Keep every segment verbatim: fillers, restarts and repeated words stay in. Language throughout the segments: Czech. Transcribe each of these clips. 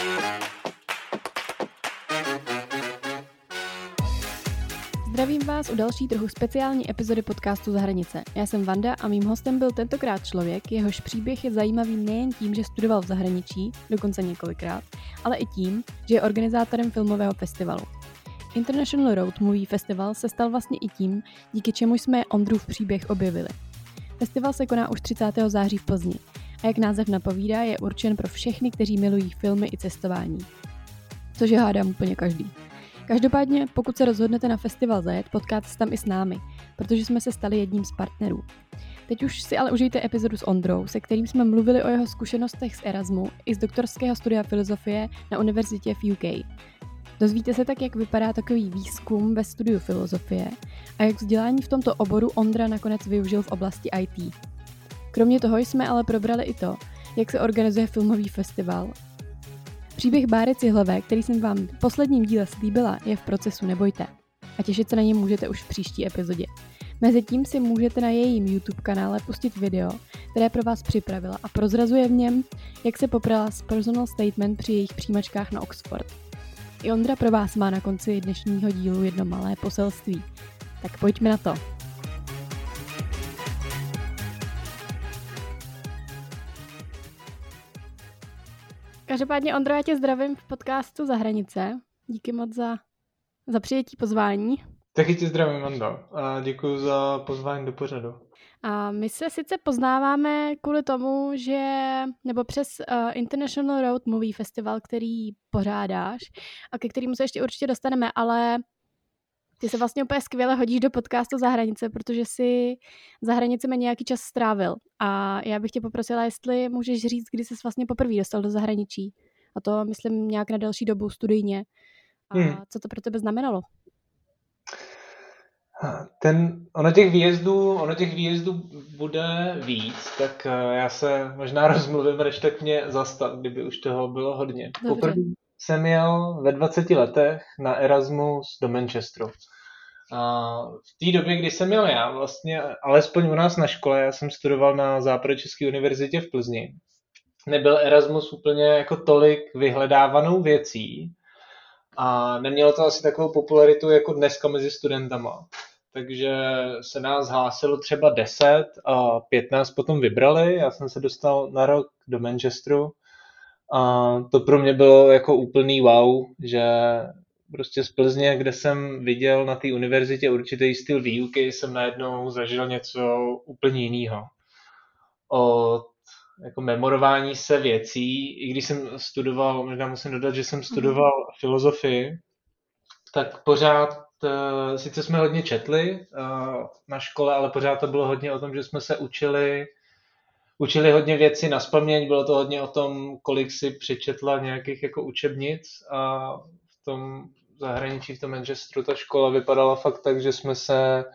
Zdravím vás u další trochu speciální epizody podcastu Za hranice. Já jsem Vanda a mým hostem byl tentokrát člověk, jehož příběh je zajímavý nejen tím, že studoval v zahraničí, dokonce několikrát, ale i tím, že je organizátorem filmového festivalu. International Road Movie Festival se stal vlastně i tím, díky čemu jsme Ondrův příběh objevili. Festival se koná už třicátého září v Plzni a jak název napovídá, je určen pro všechny, kteří milují filmy i cestování. Což je hádám úplně každý. Každopádně, pokud se rozhodnete na festival zajet, potkáte se tam i s námi, protože jsme se stali jedním z partnerů. Teď už si ale užijte epizodu s Ondrou, se kterým jsme mluvili o jeho zkušenostech z Erasmu i z doktorského studia filozofie na univerzitě v U K. Dozvíte se tak, jak vypadá takový výzkum ve studiu filozofie a jak vzdělání v tomto oboru Ondra nakonec využil v oblasti I T. Kromě toho jsme ale probrali i to, jak se organizuje filmový festival. Příběh Báry Cihlové, který jsem vám v posledním díle slíbila, je v procesu, nebojte. A těšit se na něj můžete už v příští epizodě. Mezitím si můžete na jejím YouTube kanále pustit video, které pro vás připravila a prozrazuje v něm, jak se poprala s personal statement při jejich přijímačkách na Oxford. I Ondra pro vás má na konci dnešního dílu jedno malé poselství. Tak pojďme na to. Každopádně, Ondro, já tě zdravím v podcastu Za hranice. Díky moc za, za přijetí pozvání. Taky tě zdravím, Vando. A děkuji za pozvání do pořadu. A my se sice poznáváme kvůli tomu, že, nebo přes uh, International Road Movie Festival, který pořádáš a ke kterému se ještě určitě dostaneme, ale ty se vlastně úplně skvěle hodíš do podcastu Za hranice, protože si za hranicemi nějaký čas strávil. A já bych tě poprosila, jestli můžeš říct, kdy jsi vlastně poprvé dostal do zahraničí. A to, myslím, nějak na delší dobu studijně. A hmm. co to pro tebe znamenalo? Ten, ono těch výjezdů, ono těch výjezdů bude víc, tak já se možná rozmluvím, než tak mě zastat, kdyby už toho bylo hodně. Dobře. Poprvé jsem jel ve dvaceti letech na Erasmus do Manchesteru. A v té době, kdy jsem jel já, vlastně, alespoň u nás na škole, já jsem studoval na Západočeské univerzitě v Plzni, nebyl Erasmus úplně jako tolik vyhledávanou věcí a nemělo to asi takovou popularitu jako dneska mezi studentama. Takže se nás hlásilo třeba deset a pět nás potom vybrali. Já jsem se dostal na rok do Manchesteru a to pro mě bylo jako úplný wow, že prostě z Plzně, kde jsem viděl na té univerzitě určitý styl výuky, jsem najednou zažil něco úplně jiného. Od jako memorování se věcí, i když jsem studoval, možná musím dodat, že jsem studoval mm. filozofii, tak pořád, sice jsme hodně četli na škole, ale pořád to bylo hodně o tom, že jsme se učili, učili hodně věcí nazpaměť, bylo to hodně o tom, kolik si přečetla nějakých jako učebnic a v tom zahraničí, v tom Manchesteru ta škola vypadala fakt tak, že jsme se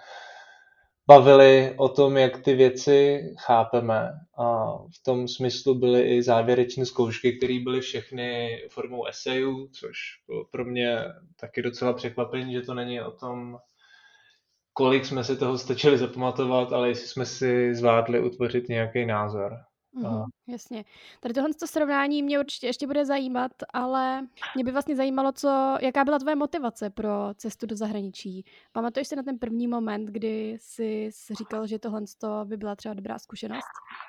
bavili o tom, jak ty věci chápeme a v tom smyslu byly i závěrečné zkoušky, které byly všechny formou esejů, což bylo pro mě taky docela překvapení, že to není o tom, kolik jsme si toho stačili zapamatovat, ale jestli jsme si zvládli utvořit nějaký názor. Mm, jasně. Tady tohle srovnání mě určitě ještě bude zajímat, ale mě by vlastně zajímalo, co, jaká byla tvoje motivace pro cestu do zahraničí. Pamatuješ si na ten první moment, kdy jsi říkal, že tohle by byla třeba dobrá zkušenost?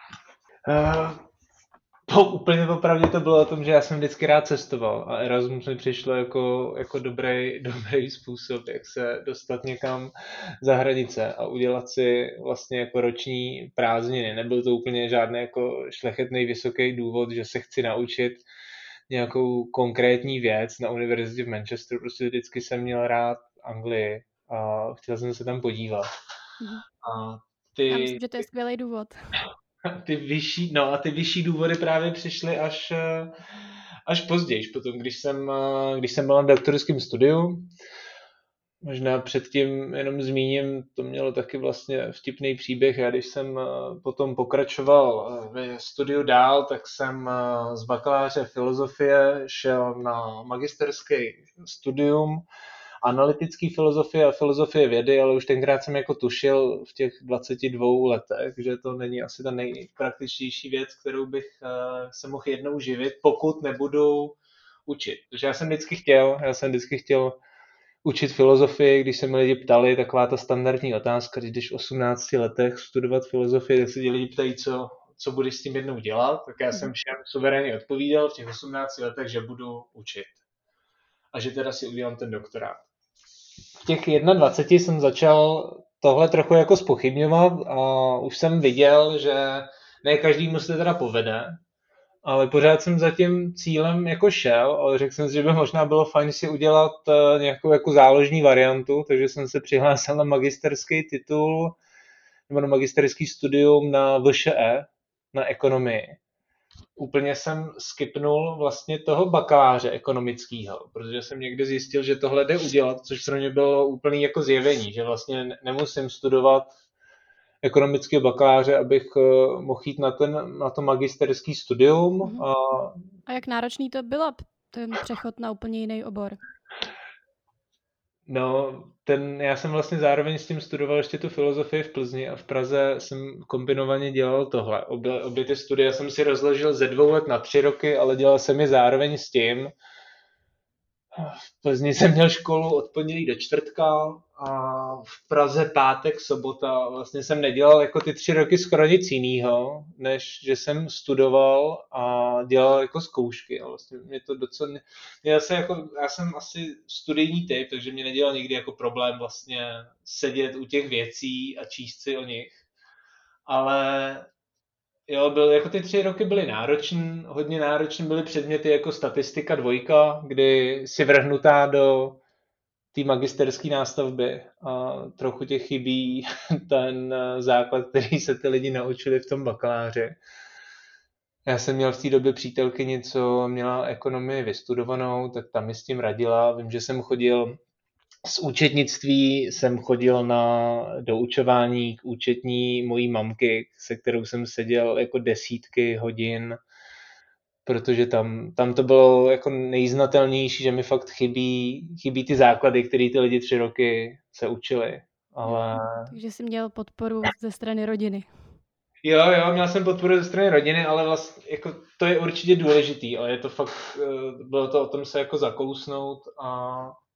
Uh, to úplně popravdě to bylo o tom, že já jsem vždycky rád cestoval a Erasmus mi přišlo jako, jako dobrý, dobrý způsob, jak se dostat někam za hranice a udělat si vlastně jako roční prázdniny. Nebyl to úplně žádný jako šlechetný vysoký důvod, že se chci naučit nějakou konkrétní věc na univerzitě v Manchesteru. Prostě vždycky jsem měl rád Anglii a chtěl jsem se tam podívat. Mhm. A ty... Já myslím, že to je skvělý důvod. Ty vyšší, no a ty vyšší důvody právě přišly až, až později, potom, když jsem, když jsem byl na doktorském studiu. Možná předtím jenom zmíním, to mělo taky vlastně vtipný příběh. Já když jsem potom pokračoval ve studiu dál, tak jsem z bakaláře filozofie šel na magisterský studium analytické filozofie a filozofie vědy, ale už tenkrát jsem jako tušil v těch dvaceti dvou letech, že to není asi ta nejpraktičtější věc, kterou bych se mohl jednou živit, pokud nebudu učit. Protože já jsem vždycky chtěl, já jsem vždycky chtěl učit filozofii, když se mi lidi ptali, taková ta standardní otázka, když jdeš v osmnácti letech studovat filozofii, tak se ti lidi ptají, co, co budeš s tím jednou dělat, tak já jsem všem suverénně odpovídal v těch osmnácti letech, že budu učit. A že teda si udělám ten doktorát. V těch dvaceti jedné jsem začal tohle trochu jako zpochybňovat a už jsem viděl, že ne každému se to teda povede, ale pořád jsem za tím cílem jako šel, ale řekl jsem si, že by možná bylo fajn si udělat nějakou jako záložní variantu, takže jsem se přihlásil na magisterský titul nebo na magisterský studium na V Š E, na ekonomii. Úplně jsem skipnul vlastně toho bakaláře ekonomického, protože jsem někdy zjistil, že tohle jde udělat, což pro mě bylo úplný jako zjevení, že vlastně nemusím studovat ekonomického bakaláře, abych mohl jít na, ten, na to magisterský studium. Mm-hmm. A... a jak náročný to bylo, ten přechod na úplně jiný obor? No, ten, já jsem vlastně zároveň s tím studoval ještě tu filozofii v Plzni a v Praze jsem kombinovaně dělal tohle. Obě, obě ty studie jsem si rozložil ze dvou let na tři roky, ale dělal jsem je zároveň s tím. V Plzni jsem měl školu od pondělí do čtvrtka a v Praze pátek, sobota. Vlastně jsem nedělal jako ty tři roky skoro nic jinýho, než že jsem studoval a dělal jako zkoušky. A vlastně mě to docela... Měl jsem jako, já jsem asi studijní typ, takže mě nedělal nikdy jako problém vlastně sedět u těch věcí a číst si o nich. Ale jo, byl, jako ty tři roky byly náročný, hodně náročný byly předměty jako statistika dvojka, kdy si vrhnutá do té magisterské nástavby a trochu tě chybí ten základ, který se ty lidi naučili v tom bakaláři. Já jsem měl v té době přítelkyni, co měla ekonomii vystudovanou, tak tam mi s tím radila. Vím, že jsem chodil z účetnictví, jsem chodil na doučování k účetní mojí mamky, se kterou jsem seděl jako desítky hodin, protože tam, tam to bylo jako nejznatelnější, že mi fakt chybí, chybí ty základy, které ty lidi tři roky se učili. Ale... Takže jsi měl podporu ze strany rodiny. Jo, jo, měl jsem podporu ze strany rodiny, ale vlastně jako to je určitě důležitý, ale je to fakt, bylo to o tom se jako zakousnout a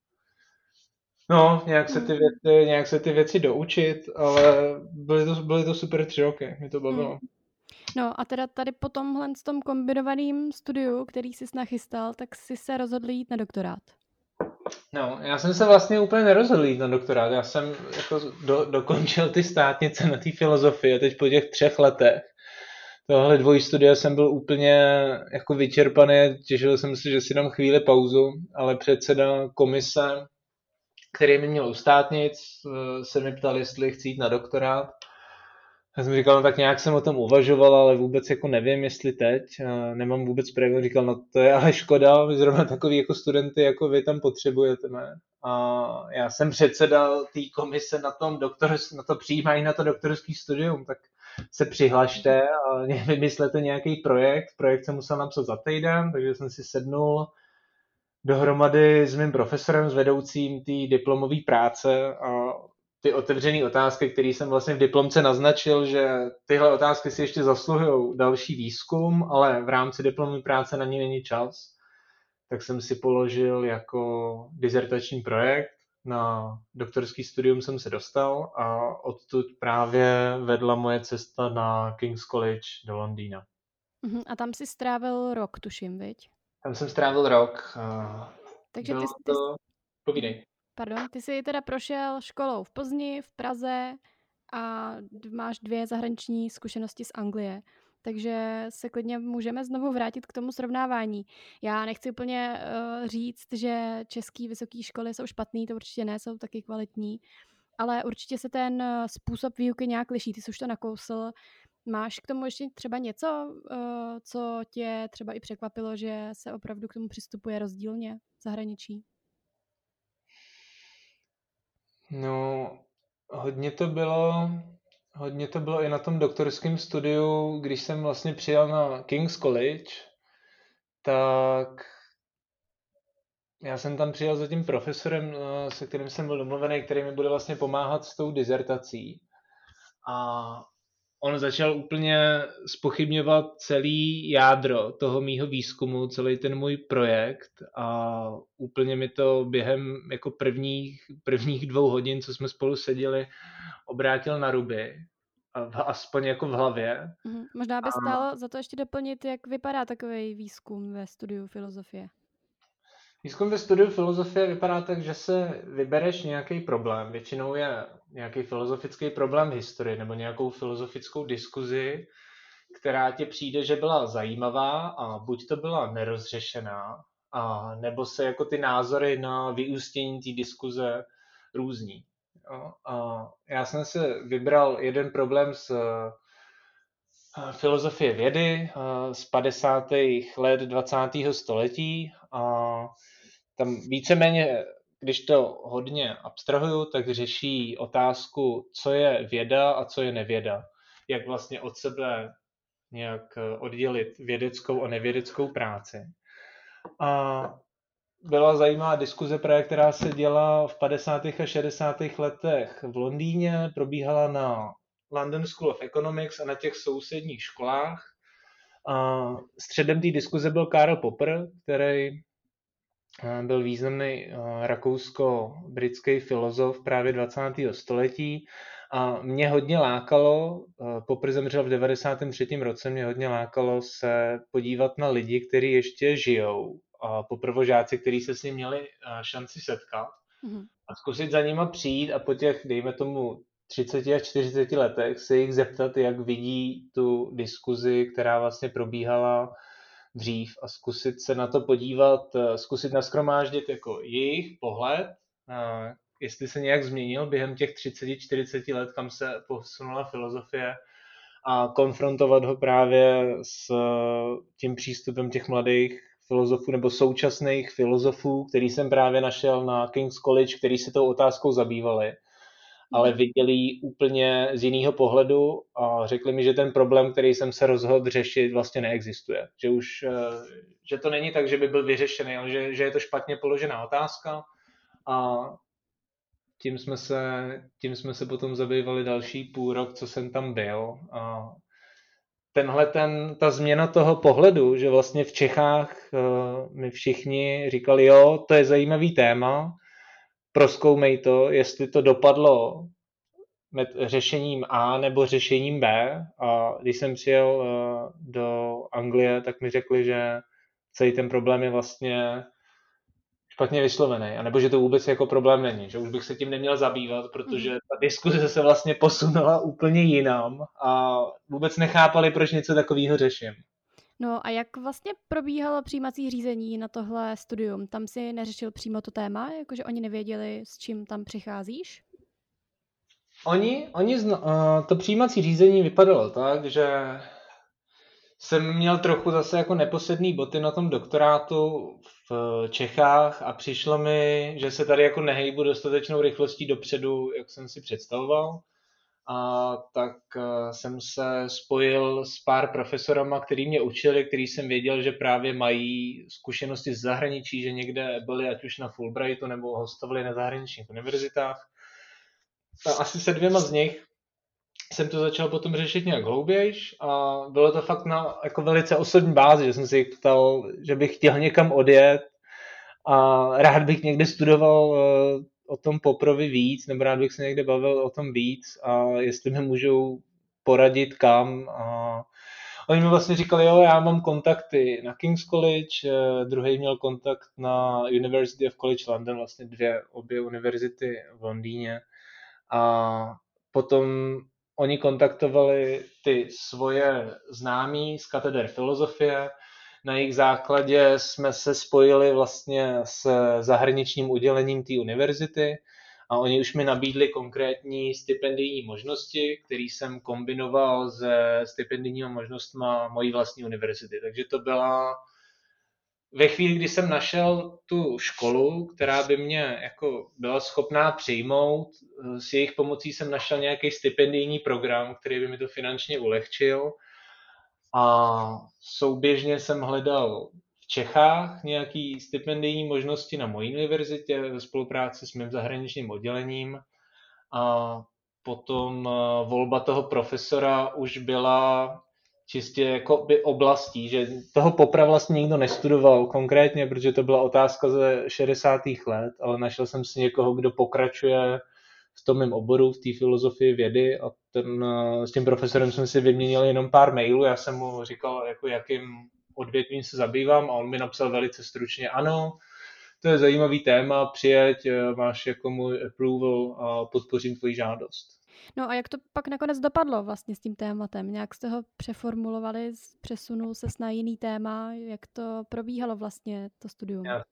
no, nějak se ty věci, nějak se ty věci doučit, ale byly to, byly to super tři roky, mě to bavilo. Hmm. No a teda tady po tomhle s tom kombinovaným studiu, který jsi nachystal, tak jsi se rozhodl jít na doktorát. No, já jsem se vlastně úplně nerozhodl jít na doktorát. Já jsem jako do, dokončil ty státnice na té filozofii a teď po těch třech letech tohle dvojí studia jsem byl úplně jako vyčerpaný. Těšil jsem si, že si dám chvíli pauzu, ale předseda komise, který mi měl u státnic, se mi ptal, jestli chci jít na doktorát. Já jsem říkal, no tak nějak jsem o tom uvažoval, ale vůbec jako nevím, jestli teď. Nemám vůbec projekt. Říkal, no to je ale škoda, vy zrovna takový jako studenty, jako vy tam potřebujete, ne? A já jsem předsedal té komise na tom doktor, na to přijímají na to doktorský studium, tak se přihlašte a vymyslete nějaký projekt. Projekt jsem musel napsat za týden, takže jsem si sednul dohromady s mým profesorem, s vedoucím té diplomové práce a ty otevřené otázky, které jsem vlastně v diplomce naznačil, že tyhle otázky si ještě zasluhují další výzkum, ale v rámci diplomové práce na ní není čas, tak jsem si položil jako dizertační projekt. Na doktorský studium jsem se dostal a odtud právě vedla moje cesta na King's College do Londýna. A tam si strávil rok, tuším, viď? Tam jsem strávil rok. Takže ty, ty, to... Povídej. Pardon, ty jsi teda prošel školou v Plzni, v Praze a máš dvě zahraniční zkušenosti z Anglie. Takže se klidně můžeme znovu vrátit k tomu srovnávání. Já nechci úplně uh, říct, že české vysoké školy jsou špatný, to určitě ne, jsou taky kvalitní, ale určitě se ten způsob výuky nějak liší. Ty jsi už to nakousl. Máš k tomu ještě třeba něco, uh, co tě třeba i překvapilo, že se opravdu k tomu přistupuje rozdílně v zahraničí? No, hodně to bylo, hodně to bylo i na tom doktorském studiu, když jsem vlastně přijel na King's College, tak já jsem tam přijel za tím profesorem, se kterým jsem byl domluvený, který mi bude vlastně pomáhat s tou dizertací. A on začal úplně zpochybňovat celý jádro toho mýho výzkumu, celý ten můj projekt a úplně mi to během jako prvních, prvních dvou hodin, co jsme spolu seděli, obrátil na ruby, a aspoň jako v hlavě. Mm-hmm. Možná by A stálo za to ještě doplnit, jak vypadá takový výzkum ve studiu filozofie. výzkum ve studiu filozofie vypadá tak, že se vybereš nějaký problém. Většinou je nějaký filozofický problém v historii nebo nějakou filozofickou diskuzi, která ti přijde, že byla zajímavá a buď to byla nerozřešená, a nebo se jako ty názory na vyústění té diskuze různí. Jo? A já jsem si vybral jeden problém z filozofie vědy z padesátých let dvacátého století a tam víceméně, když to hodně abstrahuju, tak řeší otázku, co je věda a co je nevěda. Jak vlastně od sebe nějak oddělit vědeckou a nevědeckou práci. A byla zajímavá diskuze, právě, která se děla v padesátých a šedesátých letech v Londýně, probíhala na London School of Economics a na těch sousedních školách. A středem té diskuze byl Karl Popper, který byl významný rakousko-britský filozof právě dvacátého století a mě hodně lákalo, Popper zemřel v devadesátém třetím roce, mě hodně lákalo se podívat na lidi, kteří ještě žijou a poprvožáci, kteří se s ním měli šanci setkat mm-hmm. a zkusit za nima přijít a po těch, dejme tomu, třiceti až čtyřiceti letech se jich zeptat, jak vidí tu diskuzi, která vlastně probíhala dřív a zkusit se na to podívat, zkusit nashromáždit jako jejich pohled, jestli se nějak změnil během těch třiceti čtyřiceti let, kam se posunula filozofie a konfrontovat ho právě s tím přístupem těch mladých filozofů nebo současných filozofů, který jsem právě našel na King's College, který se tou otázkou zabývali, ale viděli ji úplně z jiného pohledu a řekli mi, že ten problém, který jsem se rozhodl řešit, vlastně neexistuje. Že už, že to není tak, že by byl vyřešený, ale že, že je to špatně položená otázka a tím jsme se, tím jsme se potom zabývali další půl rok, co jsem tam byl. A tenhle ten, ta změna toho pohledu, že vlastně v Čechách my všichni říkali, jo, to je zajímavý téma, prozkoumej to, jestli to dopadlo řešením A nebo řešením B. A když jsem přijel do Anglie, tak mi řekli, že celý ten problém je vlastně špatně vyslovený, anebo že to vůbec jako problém není, že už bych se tím neměl zabývat, protože ta diskuze se vlastně posunula úplně jinam a vůbec nechápali, proč něco takového řeším. No a jak vlastně probíhalo přijímací řízení na tohle studium? Tam si neřešil přímo to téma, jakože oni nevěděli, s čím tam přicházíš? Oni, oni zna, to přijímací řízení vypadalo tak, že jsem měl trochu zase jako neposedný boty na tom doktorátu v Čechách a přišlo mi, že se tady jako nehejbu dostatečnou rychlostí dopředu, jak jsem si představoval. A tak jsem se spojil s pár profesorama, který mě učili, který jsem věděl, že právě mají zkušenosti z zahraničí, že někde byli ať už na Fulbrightu nebo hostovali na zahraničních univerzitách. A asi se dvěma z nich jsem to začal potom řešit nějak hloubějš a bylo to fakt na jako velice osobní bázi, že jsem si jich ptal, že bych chtěl někam odjet a rád bych někde studoval o tom Popperovi víc, nebo rád bych se někde bavil o tom víc a jestli mi můžou poradit kam. A oni mi vlastně říkali, jo, já mám kontakty na King's College, druhý měl kontakt na University of College London, vlastně dvě, obě univerzity v Londýně. A potom oni kontaktovali ty svoje známí z kateder filozofie. Na jejich základě jsme se spojili vlastně s zahraničním oddělením té univerzity a oni už mi nabídli konkrétní stipendijní možnosti, které jsem kombinoval se stipendijními možnostmi mojí vlastní univerzity. Takže to byla ve chvíli, kdy jsem našel tu školu, která by mě jako byla schopná přijmout, s jejich pomocí jsem našel nějaký stipendijní program, který by mi to finančně ulehčil. A souběžně jsem hledal v Čechách nějaký stipendijní možnosti na mojí univerzitě ve spolupráci s mým zahraničním oddělením. A potom uh, volba toho profesora už byla čistě jako by oblastí, že toho Popra vlastně nikdo nestudoval konkrétně, protože to byla otázka ze šedesátých let, ale našel jsem si někoho, kdo pokračuje v tom mém oboru, v té filozofii vědy a ten, s tím profesorem jsem si vyměnil jenom pár mailů, já jsem mu říkal, jako jakým odvětvím se zabývám a on mi napsal velice stručně, ano, to je zajímavý téma, přijeď, máš jako můj approval a podpořím tvoji žádost. No a jak to pak nakonec dopadlo vlastně s tím tématem? Nějak jste ho přeformulovali, přesunul ses na jiný téma? Jak to probíhalo vlastně, to studium? Já.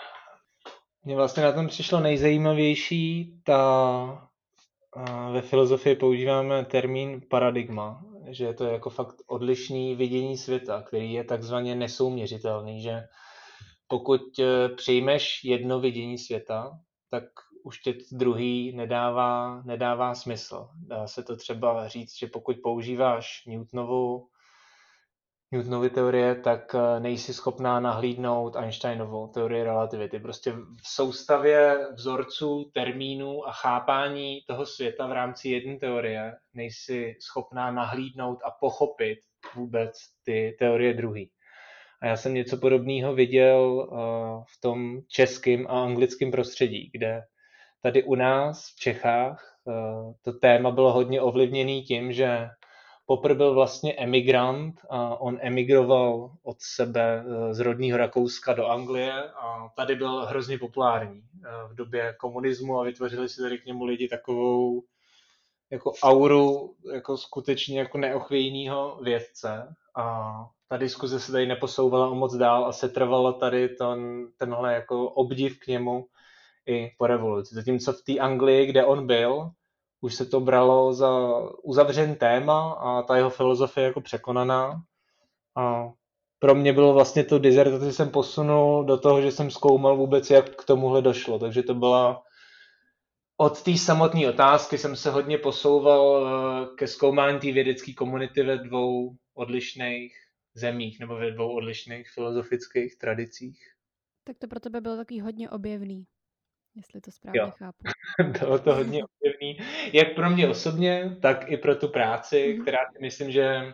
Mně vlastně na tom přišlo nejzajímavější, ta, ve filozofii používáme termín paradigma, že je to jako fakt odlišný vidění světa, který je takzvaně nesouměřitelný, že pokud přijmeš jedno vidění světa, tak už tě druhý nedává, nedává smysl. Dá se to třeba říct, že pokud používáš Newtonovu Newtonovy teorie, tak nejsi schopná nahlídnout Einsteinovou teorii relativity. Prostě v soustavě vzorců, termínů a chápání toho světa v rámci jedné teorie nejsi schopná nahlídnout a pochopit vůbec ty teorie druhý. A já jsem něco podobného viděl v tom českém a anglickém prostředí, kde tady u nás v Čechách to téma bylo hodně ovlivněné tím, že Popper byl vlastně emigrant a on emigroval od sebe z rodného Rakouska do Anglie a tady byl hrozně populární v době komunismu a vytvořili si tady k němu lidi takovou jako auru jako skutečně jako neochvějného vědce a ta diskuze se tady neposouvala o moc dál a se trvala tady ten, tenhle jako obdiv k němu i po revoluci. Zatímco v té Anglii, kde on byl, už se to bralo za uzavřený téma a ta jeho filozofie jako překonaná. A pro mě bylo vlastně to dizertaci jsem posunul do toho, že jsem zkoumal vůbec, jak k tomuhle došlo. Takže to byla od té samotné otázky jsem se hodně posouval ke zkoumání té vědecké komunity ve dvou odlišných zemích nebo ve dvou odlišných filozofických tradicích. Tak to pro tebe bylo takový hodně objevný, jestli to správně jo. chápu. Bylo to hodně objevný, jak pro mě osobně, tak i pro tu práci, mm-hmm. která si myslím, že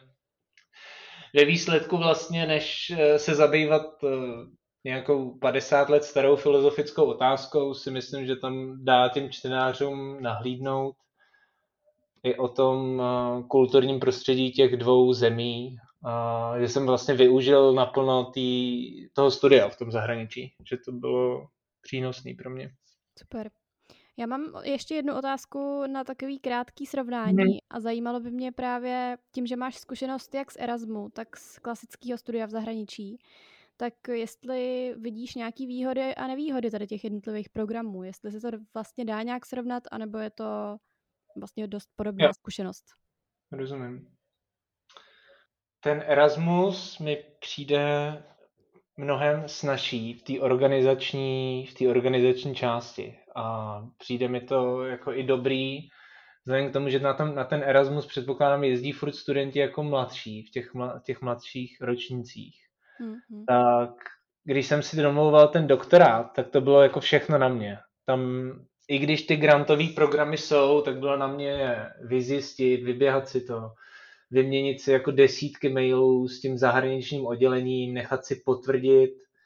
ve výsledku vlastně, než se zabývat nějakou padesát let starou filozofickou otázkou, si myslím, že tam dá těm čtenářům nahlídnout i o tom kulturním prostředí těch dvou zemí, a že jsem vlastně využil naplno tý, toho studia v tom zahraničí, že to bylo přínosný pro mě. Super. Já mám ještě jednu otázku na takový krátký srovnání hmm. a zajímalo by mě právě tím, že máš zkušenost jak z Erasmu, tak z klasického studia v zahraničí, tak jestli vidíš nějaký výhody a nevýhody tady těch jednotlivých programů, jestli se to vlastně dá nějak srovnat, anebo je to vlastně dost podobná jo. zkušenost. Rozumím. Ten Erasmus mi přijde mnohem snazší v té organizační, v té organizační části. A přijde mi to jako i dobrý, vzhledem k tomu, že na, tom, na ten Erasmus předpokládám jezdí furt studenti jako mladší, v těch, mla, těch mladších ročnících. Mm-hmm. Tak když jsem si domlouval ten doktorát, tak to bylo jako všechno na mě. Tam, i když ty grantové programy jsou, tak bylo na mě vyzjistit, vyběhat si to, vyměnit si jako desítky mailů s tím zahraničním oddělením, nechat si potvrdit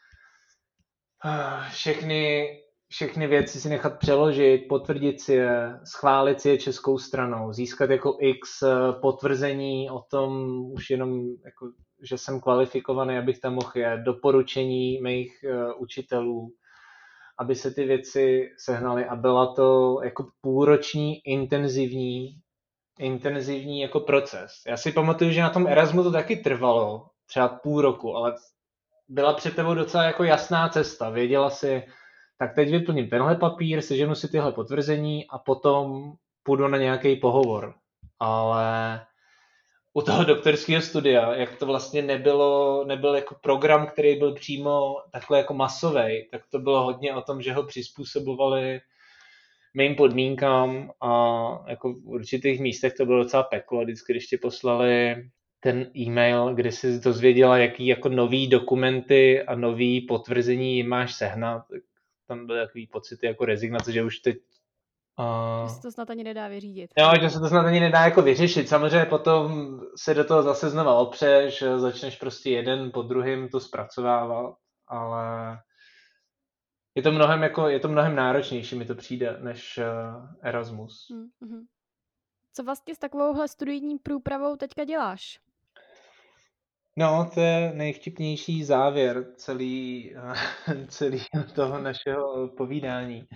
všechny, všechny věci si nechat přeložit, potvrdit si je, schválit si je českou stranou, získat jako x potvrzení o tom už jenom, jako, že jsem kvalifikovaný, abych tam mohl jet, doporučení mých uh, učitelů, aby se ty věci sehnaly a byla to jako půlroční intenzivní intenzivní jako proces. Já si pamatuju, že na tom Erasmu to taky trvalo, třeba půl roku, ale byla před tebou docela jako jasná cesta. Věděla si, tak teď vyplním tenhle papír, seženu si tyhle potvrzení a potom půjdu na nějaký pohovor. Ale u toho doktorského studia, jak to vlastně nebylo, nebyl jako program, který byl přímo takhle jako masový, tak to bylo hodně o tom, že ho přizpůsobovali mým podmínkám a jako v určitých místech to bylo docela peklo, vždycky, když ti poslali ten e-mail, kde jsi dozvěděla, jaký jako nový dokumenty a nový potvrzení máš sehnat, tak tam byly takový pocity jako rezignace, že už teď Že se to snad ani nedá vyřídit. Jo, že se to snad ani nedá jako vyřešit. Samozřejmě potom se do toho zase znova opřeš, začneš prostě jeden po druhém to zpracovávat, ale je to mnohem, jako, je to mnohem náročnější, mi to přijde, než uh, Erasmus. Mm-hmm. Co vlastně s takovouhle studijní průpravou teďka děláš? No, to je nejvtipnější závěr celý, celý toho našeho povídání.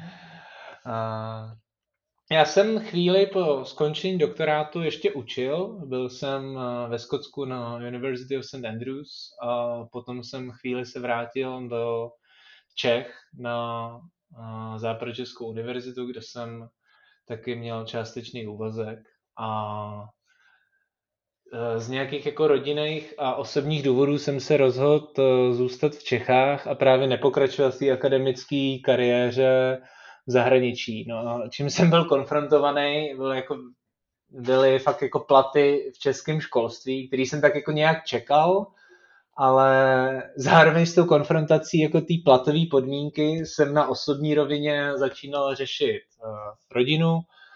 Uh, Já jsem chvíli po skončení doktorátu ještě učil. Byl jsem ve Skotsku na University of Saint Andrews a potom jsem chvíli se vrátil do Čech na Západočeskou univerzitu, kde jsem taky měl částečný úvazek. A z nějakých jako rodinných a osobních důvodů jsem se rozhodl zůstat v Čechách a právě nepokračovat v té akademické kariéře v zahraničí. No a čím jsem byl konfrontovaný, byl jako, byly fakt jako platy v českém školství, který jsem tak jako nějak čekal, ale zároveň s tou konfrontací jako té platové podmínky jsem na osobní rovině začínal řešit uh, rodinu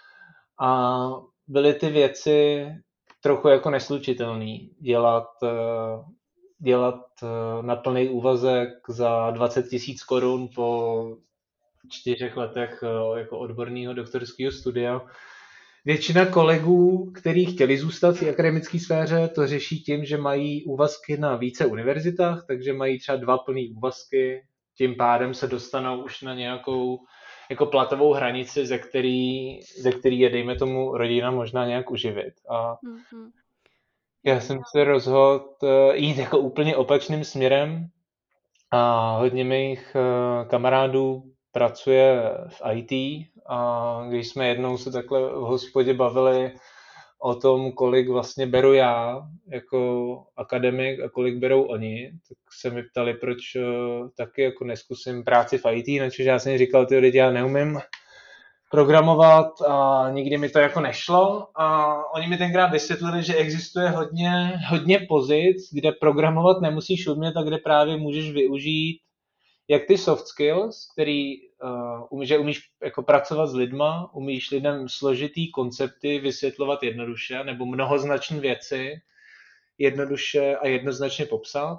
a byly ty věci trochu jako neslučitelný. Dělat, uh, dělat uh, na plný úvazek za dvacet tisíc korun po čtyřech letech uh, jako odborného doktorského studia. Většina kolegů, kteří chtěli zůstat v akademické sféře, to řeší tím, že mají úvazky na více univerzitách, takže mají třeba dva plný úvazky, tím pádem se dostanou už na nějakou jako platovou hranici, ze který, ze který je, dejme tomu, rodina možná nějak uživit. A mm-hmm. já jsem se rozhodl jít jako úplně opačným směrem a hodně mých kamarádů pracuje v í té a když jsme jednou se takhle v hospodě bavili o tom, kolik vlastně beru já jako akademik a kolik berou oni, tak se mi ptali, proč taky jako neskusím práci v í té, načež já jsem říkal, ty lidi, já neumím programovat a nikdy mi to jako nešlo a oni mi tenkrát vysvětlili, že existuje hodně, hodně pozic, kde programovat nemusíš umět a kde právě můžeš využít jak ty soft skills, který uh, že umíš jako pracovat s lidma, umíš lidem složitý koncepty vysvětlovat jednoduše nebo mnohoznačné věci jednoduše a jednoznačně popsat.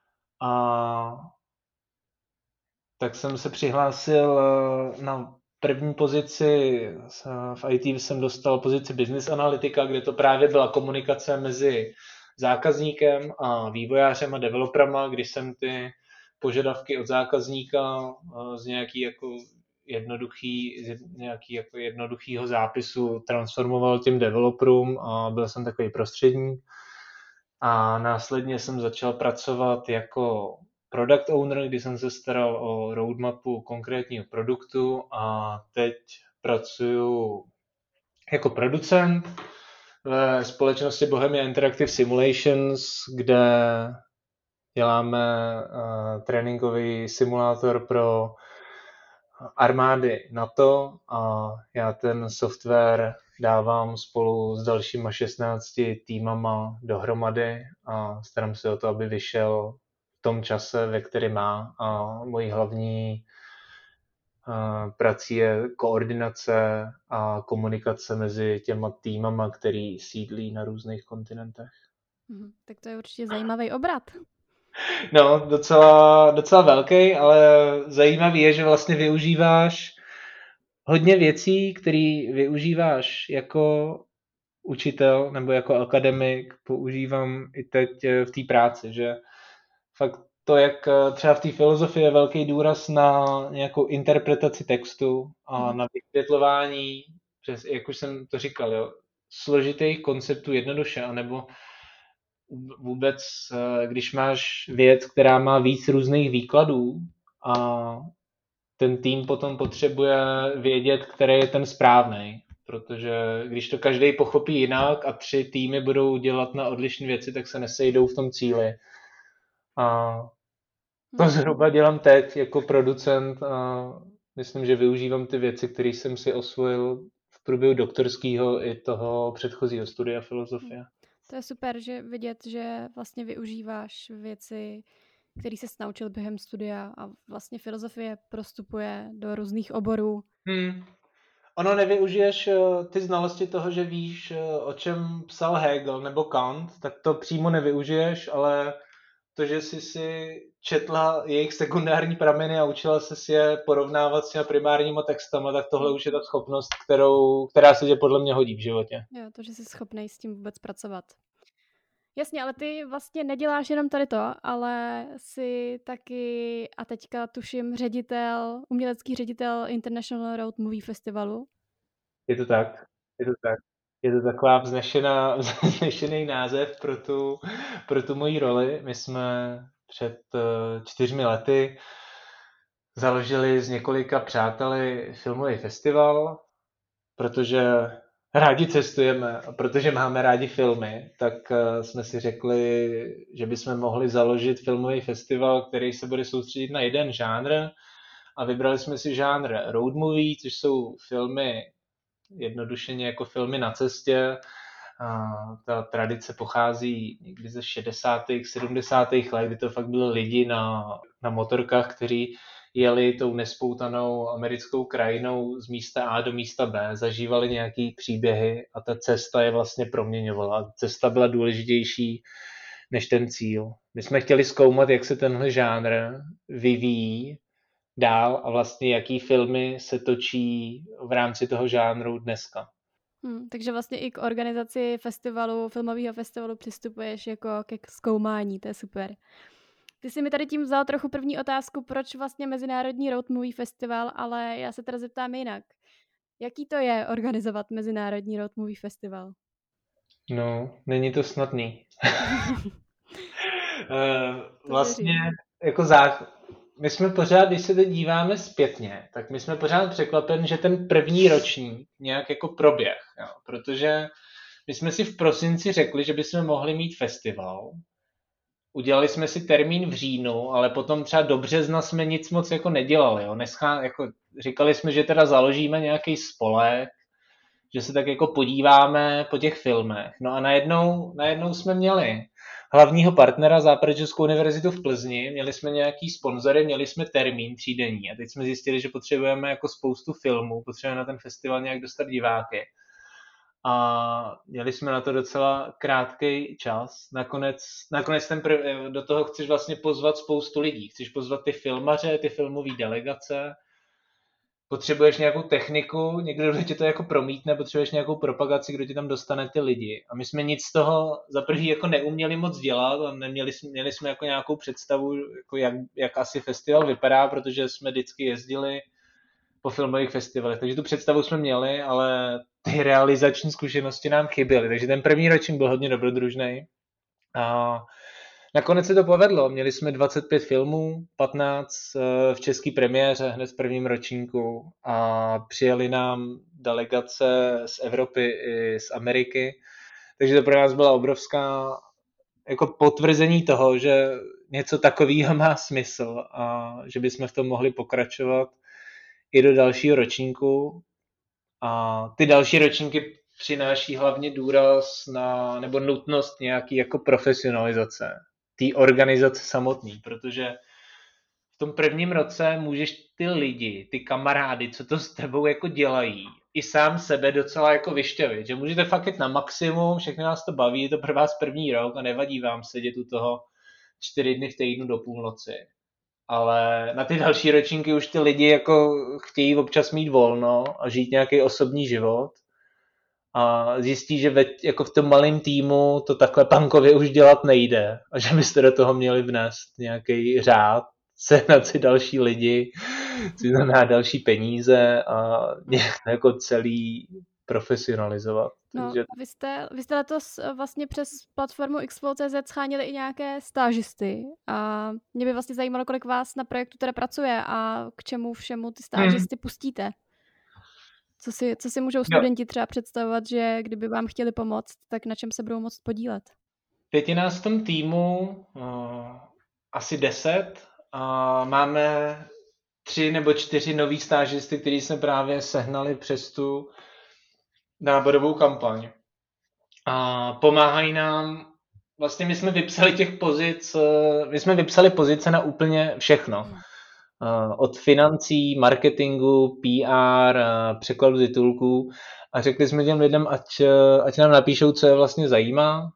A tak jsem se přihlásil na první pozici v í té, jsem dostal pozici business analytika, kde to právě byla komunikace mezi zákazníkem a vývojářem a developerama, kdy jsem ty požadavky od zákazníka z nějaký jako jednoduchý, z nějaký jako jednoduchýho zápisu transformoval těm developerům a byl jsem takový prostředník. A následně jsem začal pracovat jako product owner, kdy jsem se staral o roadmapu konkrétního produktu a teď pracuju jako producent ve společnosti Bohemia Interactive Simulations, kde děláme uh, tréninkový simulátor pro armády NATO a já ten software dávám spolu s dalšíma šestnácti týmama dohromady a starám se o to, aby vyšel v tom čase, ve který má. A mojí hlavní uh, prací je koordinace a komunikace mezi těma týmama, který sídlí na různých kontinentech. Hmm, tak to je určitě zajímavý obrat. No, docela, docela velký, ale zajímavý je, že vlastně využíváš hodně věcí, které využíváš jako učitel nebo jako akademik, používám i teď v té práci, že fakt to, jak třeba v té filozofii je velký důraz na nějakou interpretaci textu a na vysvětlování, přes, jak už jsem to říkal, jo, složitých konceptů jednoduše, anebo vůbec, když máš věc, která má víc různých výkladů a ten tým potom potřebuje vědět, který je ten správný, protože když to každý pochopí jinak a tři týmy budou dělat na odlišné věci, tak se nesejdou v tom cíli. A to zhruba dělám teď jako producent a myslím, že využívám ty věci, které jsem si osvojil v průběhu doktorského i toho předchozího studia filozofie. To je super, že vidět, že vlastně využíváš věci, které se naučil během studia a vlastně filozofie prostupuje do různých oborů. Hmm. ono nevyužiješ ty znalosti toho, že víš, o čem psal Hegel nebo Kant, tak to přímo nevyužiješ, ale to, že jsi si četla jejich sekundární prameny a učila se si je porovnávat s těma primárníma textama, tak tohle už je ta schopnost, kterou, která se tě podle mě hodí v životě. Jo, to, že jsi schopnej s tím vůbec pracovat. Jasně, ale ty vlastně neděláš jenom tady to, ale jsi taky, a teďka tuším, ředitel, umělecký ředitel International Road Movie Festivalu. Je to tak, je to tak. Je to taková vznešená, vznešený název pro tu, pro tu moji roli. My jsme před uh, čtyřmi lety založili s několika přáteli filmový festival, protože rádi cestujeme a protože máme rádi filmy, tak uh, jsme si řekli, že bychom mohli založit filmový festival, který se bude soustředit na jeden žánr, a vybrali jsme si žánr road movie, což jsou filmy jednodušeně jako filmy na cestě. A ta tradice pochází někdy ze šedesátých, sedmdesátých let, kdy to fakt byly lidi na, na motorkách, kteří jeli tou nespoutanou americkou krajinou z místa A do místa B, zažívali nějaký příběhy a ta cesta je vlastně proměňovala. Cesta byla důležitější než ten cíl. My jsme chtěli zkoumat, jak se tenhle žánr vyvíjí dál a vlastně jaký filmy se točí v rámci toho žánru dneska. Hmm, takže vlastně i k organizaci festivalu, filmového festivalu přistupuješ jako ke zkoumání, to je super. Ty jsi mi tady tím vzal trochu první otázku, proč vlastně Mezinárodní road movie festival, ale já se teda zeptám jinak. Jaký to je organizovat Mezinárodní road movie festival? No, není to snadný. Vlastně jako zá... my jsme pořád, když se teď díváme zpětně, tak my jsme pořád překvapeni, že ten první ročník nějak jako proběh, jo? Protože my jsme si v prosinci řekli, že bychom mohli mít festival. Udělali jsme si termín v říjnu, ale potom třeba do března jsme nic moc jako nedělali. Jo? Neschá, jako, říkali jsme, že teda založíme nějaký spolek, že se tak jako podíváme po těch filmech. No a najednou, najednou jsme měli hlavního partnera Západočeskou univerzitu v Plzni, měli jsme nějaký sponzory, měli jsme termín třídenní a teď jsme zjistili, že potřebujeme jako spoustu filmů, potřebujeme na ten festival nějak dostat diváky. A měli jsme na to docela krátký čas. Nakonec, nakonec ten prv, do toho chceš vlastně pozvat spoustu lidí. Chceš pozvat ty filmaře, ty filmové delegace, potřebuješ nějakou techniku, někdo, kdo ti to jako promítne, potřebuješ nějakou propagaci, kdo ti tam dostane ty lidi. A my jsme nic z toho za první jako neuměli moc dělat a neměli jsme, měli jsme jako nějakou představu, jako jak, jak asi festival vypadá, protože jsme vždycky jezdili po filmových festivalech. Takže tu představu jsme měli, ale ty realizační zkušenosti nám chyběly. Takže ten první ročník byl hodně dobrodružný. A nakonec se to povedlo. Měli jsme dvacet pět filmů, patnáct v české premiéře hned v prvním ročníku a přijeli nám delegace z Evropy i z Ameriky. Takže to pro nás byla obrovská jako potvrzení toho, že něco takového má smysl a že bychom v tom mohli pokračovat i do dalšího ročníku. A ty další ročníky přináší hlavně důraz na, nebo nutnost nějaký jako profesionalizace té organizace samotný, protože v tom prvním roce můžeš ty lidi, ty kamarády, co to s tebou jako dělají, i sám sebe docela jako vyšťavit, že můžete fakt jít na maximum, všechny nás to baví, je to pro vás první rok a nevadí vám sedět u toho čtyři dny v týdnu do půlnoci. Ale na ty další ročníky už ty lidi jako chtějí občas mít volno a žít nějaký osobní život a zjistí, že ve, jako v tom malém týmu to takhle punkově už dělat nejde a že byste do toho měli vnést nějaký řád, sehnat si další lidi, si znamená další peníze a nějak jako celý profesionalizovat. No, Takže... vy, jste, vy jste letos vlastně přes platformu X F O tečka C Z scháněli i nějaké stážisty a mě by vlastně zajímalo, kolik vás na projektu teda pracuje a k čemu všemu ty stážisty hmm. pustíte. Co si, co si můžou studenti třeba představovat, že kdyby vám chtěli pomoct, tak na čem se budou moct podílet? Teď je nás v tom týmu uh, asi deset a máme tři nebo čtyři nový stážisty, který jsme právě sehnali přes tu náborovou kampaň. A pomáhají nám, vlastně my jsme vypsali těch pozic, my jsme vypsali pozice na úplně všechno. od financí, marketingu, P R, překladu titulků a řekli jsme těm lidem, ať, ať nám napíšou, co je vlastně zajímá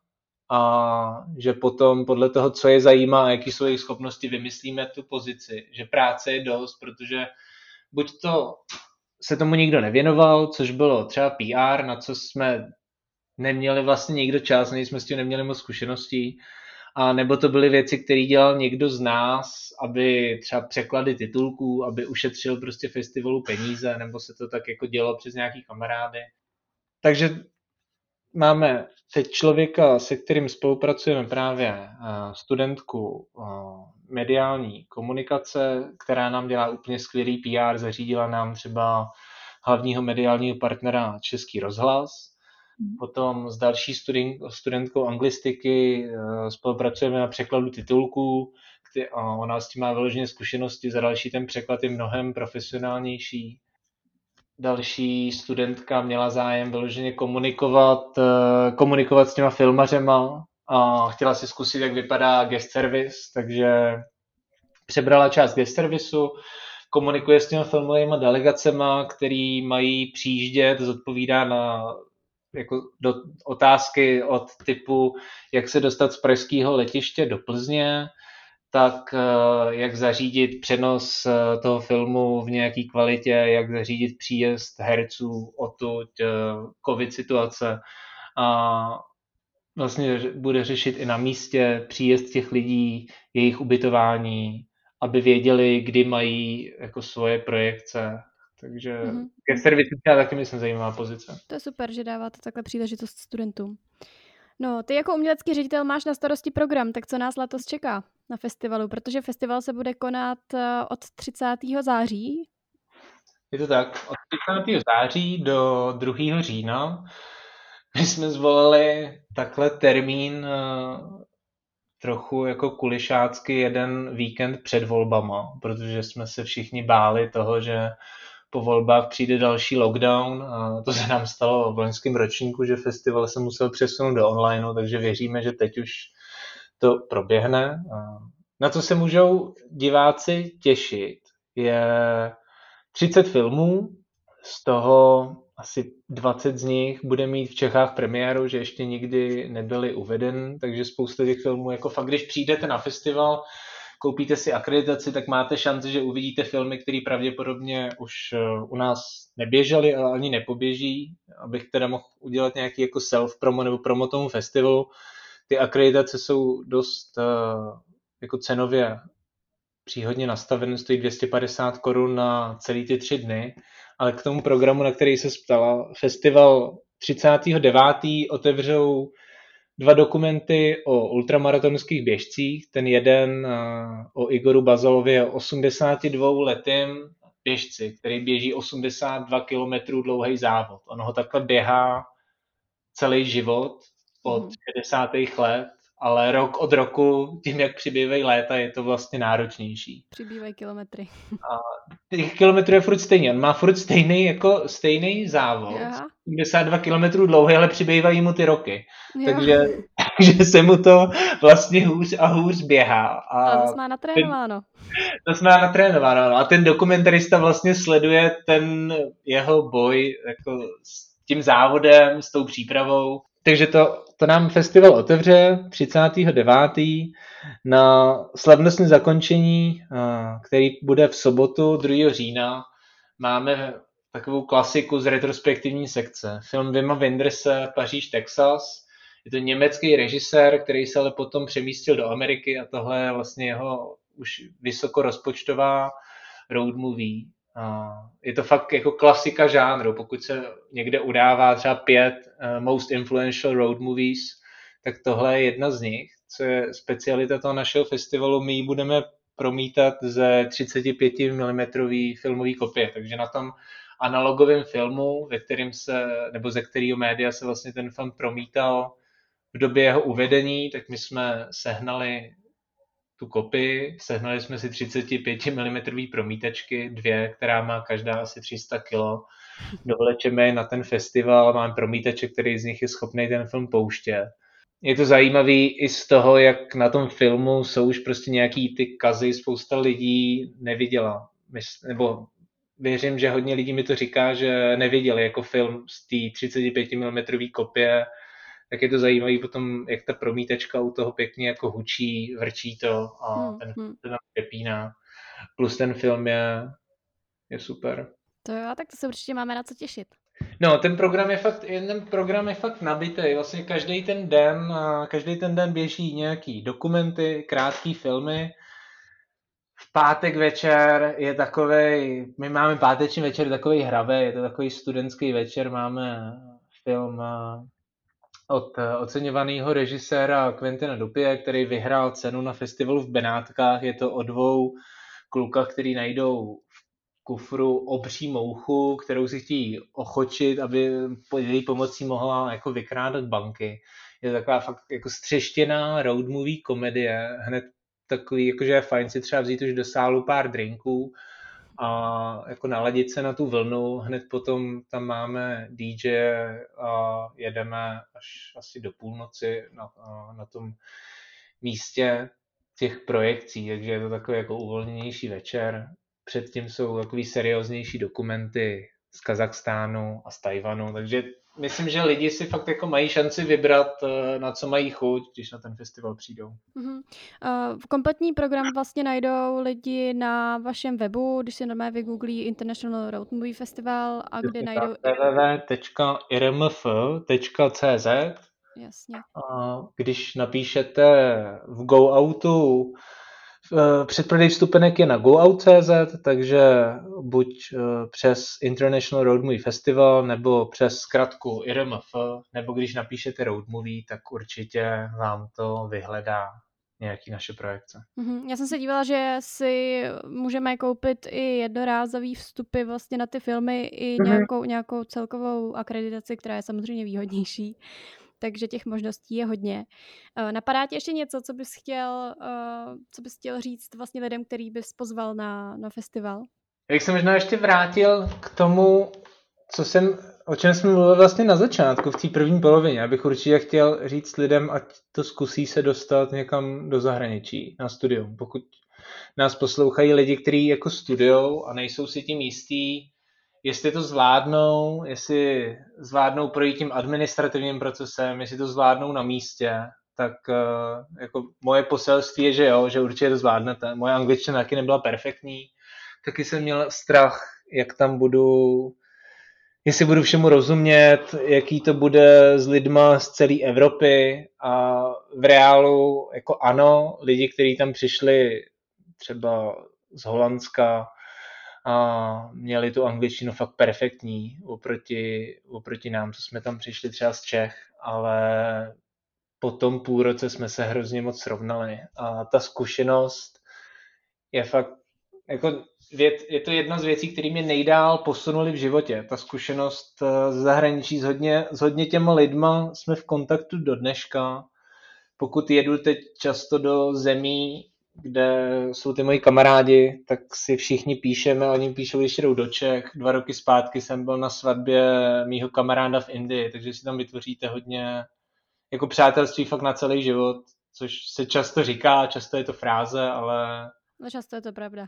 a že potom podle toho, co je zajímá a jaký jsou jejich schopnosti, vymyslíme tu pozici, že práce je dost, protože buď to se tomu nikdo nevěnoval, což bylo třeba P R, na co jsme neměli vlastně nikdo čas, nejsme s tím neměli moc zkušeností, a nebo to byly věci, které dělal někdo z nás, aby třeba překlady titulků, aby ušetřil prostě festivalu peníze, nebo se to tak jako dělo přes nějaký kamarády. Takže máme teď člověka, se kterým spolupracujeme právě studentku mediální komunikace, která nám dělá úplně skvělý P R, zařídila nám třeba hlavního mediálního partnera Český rozhlas. Potom s další studentkou anglistiky spolupracujeme na překladu titulků a ona s tím má vyloženě zkušenosti, za další ten překlad je mnohem profesionálnější. Další studentka měla zájem vyloženě komunikovat, komunikovat s těma filmařema a chtěla si zkusit, jak vypadá guest service, takže přebrala část guest servisu, komunikuje s těma filmovými delegacema, který mají přijíždět, zodpovídá na jako do otázky od typu, jak se dostat z pražského letiště do Plzně, tak jak zařídit přenos toho filmu v nějaké kvalitě, jak zařídit příjezd herců odtud, covid situace a vlastně bude řešit i na místě příjezd těch lidí, jejich ubytování, aby věděli, kdy mají jako svoje projekce. Takže mm-hmm. ke servisu třeba taky myslím zajímavá pozice. To je super, že dáváte takhle příležitost studentům. No, ty jako umělecký ředitel máš na starosti program, tak co nás letos čeká na festivalu? Protože festival se bude konat od třicátého září. Je to tak, od třicátého září do druhého října. My jsme zvolili takhle termín trochu jako kulišácky jeden víkend před volbama, protože jsme se všichni báli toho, že po volbách přijde další lockdown a to se nám stalo v loňském ročníku, že festival se musel přesunout do online, takže věříme, že teď už to proběhne. Na co se můžou diváci těšit je třicet filmů, z toho asi dvacet z nich bude mít v Čechách premiéru, že ještě nikdy nebyly uveden, takže spousta těch filmů, jako fakt, když přijdete na festival, koupíte si akreditaci, tak máte šanci, že uvidíte filmy, které pravděpodobně už u nás neběžely a ani nepoběží, abych teda mohl udělat nějaký jako self-promo nebo promo tomu festivalu. Ty akreditace jsou dost jako cenově příhodně nastavené, stojí dvě stě padesát korun na celý ty tři dny, ale k tomu programu, na který se ptala, festival třicátého devátého otevřou dva dokumenty o ultramaratonských běžcích. Ten jeden o Igoru Bazalově, osmdesátidvouletým běžci, který běží osmdesát dva kilometrů dlouhý závod. On ho takhle běhá celý život od šedesátých let, ale rok od roku, tím jak přibývají léta, je to vlastně náročnější. Přibývají kilometry. A těch kilometrů je furt stejný. On má furt stejný, jako stejný závod. Aha. osmdesát dva kilometrů dlouhý, ale přibývají mu ty roky. Takže, takže se mu to vlastně hůř a hůř běhá. A ale to jsme natrénováno. To jsme natrénováno. A ten dokumentarista vlastně sleduje ten jeho boj jako s tím závodem, s tou přípravou. Takže to, to nám festival otevře třicátého devátého na slavnostní zakončení, který bude v sobotu druhého října. Máme takovou klasiku z retrospektivní sekce. Film Wima Wenderse Paříž, Texas. Je to německý režisér, který se ale potom přemístil do Ameriky a tohle je vlastně jeho už vysokorozpočtová road movie. Je to fakt jako klasika žánru. Pokud se někde udává třeba pět uh, most influential road movies, tak tohle je jedna z nich. Co je specialita toho našeho festivalu, my ji budeme promítat ze třicet pět milimetrů filmové kopie. Takže na tom analogovém filmu, ve kterým se, nebo ze kterého média se vlastně ten film promítal v době jeho uvedení, tak my jsme sehnali tu kopii, sehnali jsme si třicet pět milimetrů promítačky, dvě, která má každá asi tři sta kilo. Dovlečeme je na ten festival, máme promítače, který z nich je schopný ten film pouštět. je to zajímavý i z toho, jak na tom filmu jsou už prostě nějaký ty kazy, spousta lidí neviděla. Nebo věřím, že hodně lidí mi to říká, že neviděli jako film z té třicet pět milimetrů kopie, tak je to zajímavý potom, jak ta promítačka u toho pěkně jako hučí, vrčí to a Hmm, ten hmm. film přepíná. Plus ten film je, je super. To jo, tak to se určitě máme na co těšit. No, ten program je fakt, ten program je fakt nabitý. Vlastně každý ten den, každý ten den běží nějaký dokumenty, krátké filmy. V pátek večer je takovej, my máme páteční večer takový hravý, je to takový studentský večer, máme film od oceňovaného režiséra Quentina Dupie, který vyhrál cenu na festivalu v Benátkách. Je to o dvou klukách, který najdou v kufru obří mouchu, kterou si chtějí ochočit, aby její pomocí mohla jako vykrádat banky. Je to taková fakt jako střeštěná road movie komedie, hned takový, jakože je fajn si třeba vzít už do sálu pár drinků a jako naladit se na tu vlnu. Hned potom tam máme dý džej a jedeme až asi do půlnoci na, na tom místě těch projekcí, takže je to takový jako uvolněnější večer. Předtím jsou takový serióznější dokumenty z Kazachstánu a z Tajvanu, takže myslím, že lidi si fakt jako mají šanci vybrat, na co mají chuť, když na ten festival přijdou. Uh-huh. Uh, kompletní program vlastně najdou lidi na vašem webu, když si normálně vygooglí International Road Movie Festival a kde najdou... w w w tečka i r m f tečka c z. Jasně. A když napíšete v GoOutu, předprodej vstupenek je na goout tečka c z, takže buď přes International Road Movie Festival, nebo přes zkratku I R M F, nebo když napíšete Road Movie, tak určitě vám to vyhledá nějaký naše projekce. Mm-hmm. Já jsem se dívala, že si můžeme koupit i jednorázový vstupy vlastně na ty filmy i mm-hmm. nějakou, nějakou celkovou akreditaci, která je samozřejmě výhodnější. Takže těch možností je hodně. Uh, napadá ti ještě něco, co bys chtěl, uh, co bys chtěl říct vlastně lidem, který bys pozval na, na festival? Já bych se možná ještě vrátil k tomu, co jsem, o čem jsme mluvili vlastně na začátku, v té první polovině. Já bych určitě chtěl říct lidem, ať to zkusí se dostat někam do zahraničí na studium. Pokud nás poslouchají lidi, kteří jako studujou a nejsou si tím jistí, jestli to zvládnou, jestli zvládnou projít tím administrativním procesem, jestli to zvládnou na místě, tak jako moje poselství je, že jo, že určitě to zvládnete. Moje angličtina taky nebyla perfektní, taky jsem měl strach, jak tam budu, jestli budu všemu rozumět, jaký to bude s lidma z celé Evropy a v reálu, jako ano, lidi, kteří tam přišli třeba z Holandska, a měli tu angličtinu fakt perfektní oproti, oproti nám, co jsme tam přišli třeba z Čech, ale po tom půl roce jsme se hrozně moc srovnali a ta zkušenost je fakt, jako věc, je to jedna z věcí, které mě nejdál posunuli v životě. Ta zkušenost z zahraničí s hodně, s hodně těma lidma jsme v kontaktu do dneška. Pokud jedu teď často do zemí, kde jsou ty moji kamarádi, tak si všichni píšeme, oni píšou, když jdou do Čech. Dva roky zpátky jsem byl na svatbě mýho kamaráda v Indii, takže si tam vytvoříte hodně jako přátelství fakt na celý život, což se často říká, často je to fráze, ale... No často je to pravda.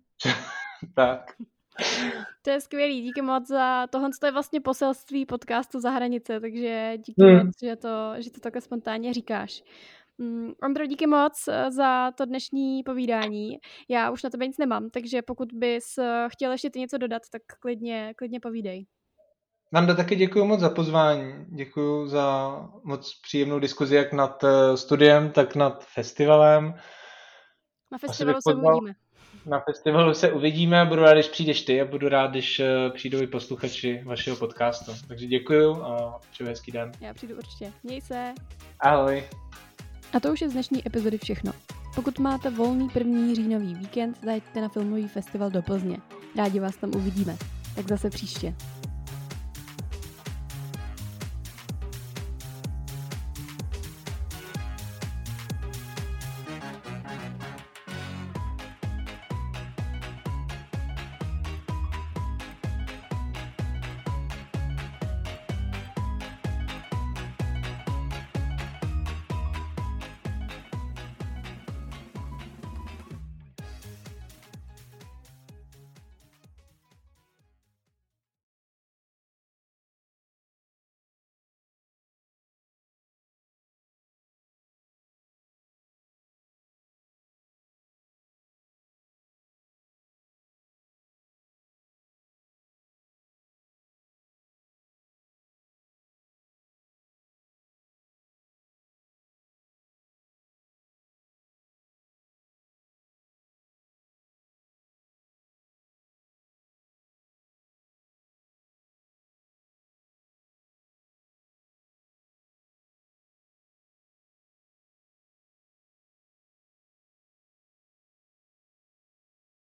Tak. To je skvělý, díky moc za tohle, to je vlastně poselství podcastu Za hranice, takže díky hmm. moc, že to, že to takhle spontánně říkáš. Um, Ondro, díky moc za to dnešní povídání. Já už na tebe nic nemám, takže pokud bys chtěl ještě ty něco dodat, tak klidně, klidně povídej. Vanda, taky děkuji moc za pozvání. Děkuji za moc příjemnou diskuzi jak nad studiem, tak nad festivalem. Na festivalu se uvidíme. Na festivalu se uvidíme, budu rád, když přijdeš ty a budu rád, když přijdou i posluchači vašeho podcastu. Takže děkuju a přeju hezký den. Já přijdu určitě. Měj se. Ahoj. A to už je z dnešní epizody všechno. Pokud máte volný první říjnový víkend, zajďte na filmový festival do Plzně. Rádi vás tam uvidíme. Tak zase příště.